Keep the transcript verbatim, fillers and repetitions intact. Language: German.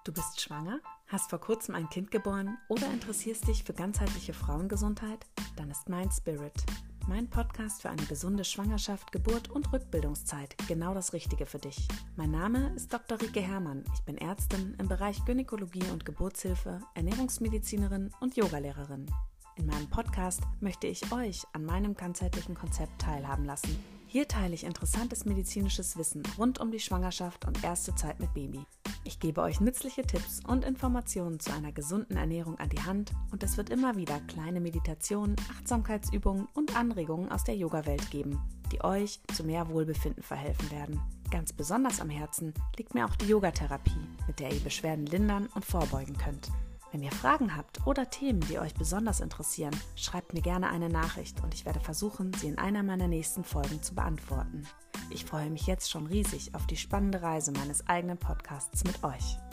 Du bist schwanger, hast vor kurzem ein Kind geboren oder interessierst dich für ganzheitliche Frauengesundheit? Dann ist Mind Spirit, mein Podcast für eine gesunde Schwangerschaft, Geburt und Rückbildungszeit, genau das Richtige für dich. Mein Name ist Doktor Rike Herrmann. Ich bin Ärztin im Bereich Gynäkologie und Geburtshilfe, Ernährungsmedizinerin und Yogalehrerin. In meinem Podcast möchte ich euch an meinem ganzheitlichen Konzept teilhaben lassen. Hier teile ich interessantes medizinisches Wissen rund um die Schwangerschaft und erste Zeit mit Baby. Ich gebe euch nützliche Tipps und Informationen zu einer gesunden Ernährung an die Hand und es wird immer wieder kleine Meditationen, Achtsamkeitsübungen und Anregungen aus der Yoga-Welt geben, die euch zu mehr Wohlbefinden verhelfen werden. Ganz besonders am Herzen liegt mir auch die Yogatherapie, mit der ihr Beschwerden lindern und vorbeugen könnt. Wenn ihr Fragen habt oder Themen, die euch besonders interessieren, schreibt mir gerne eine Nachricht und ich werde versuchen, sie in einer meiner nächsten Folgen zu beantworten. Ich freue mich jetzt schon riesig auf die spannende Reise meines eigenen Podcasts mit euch.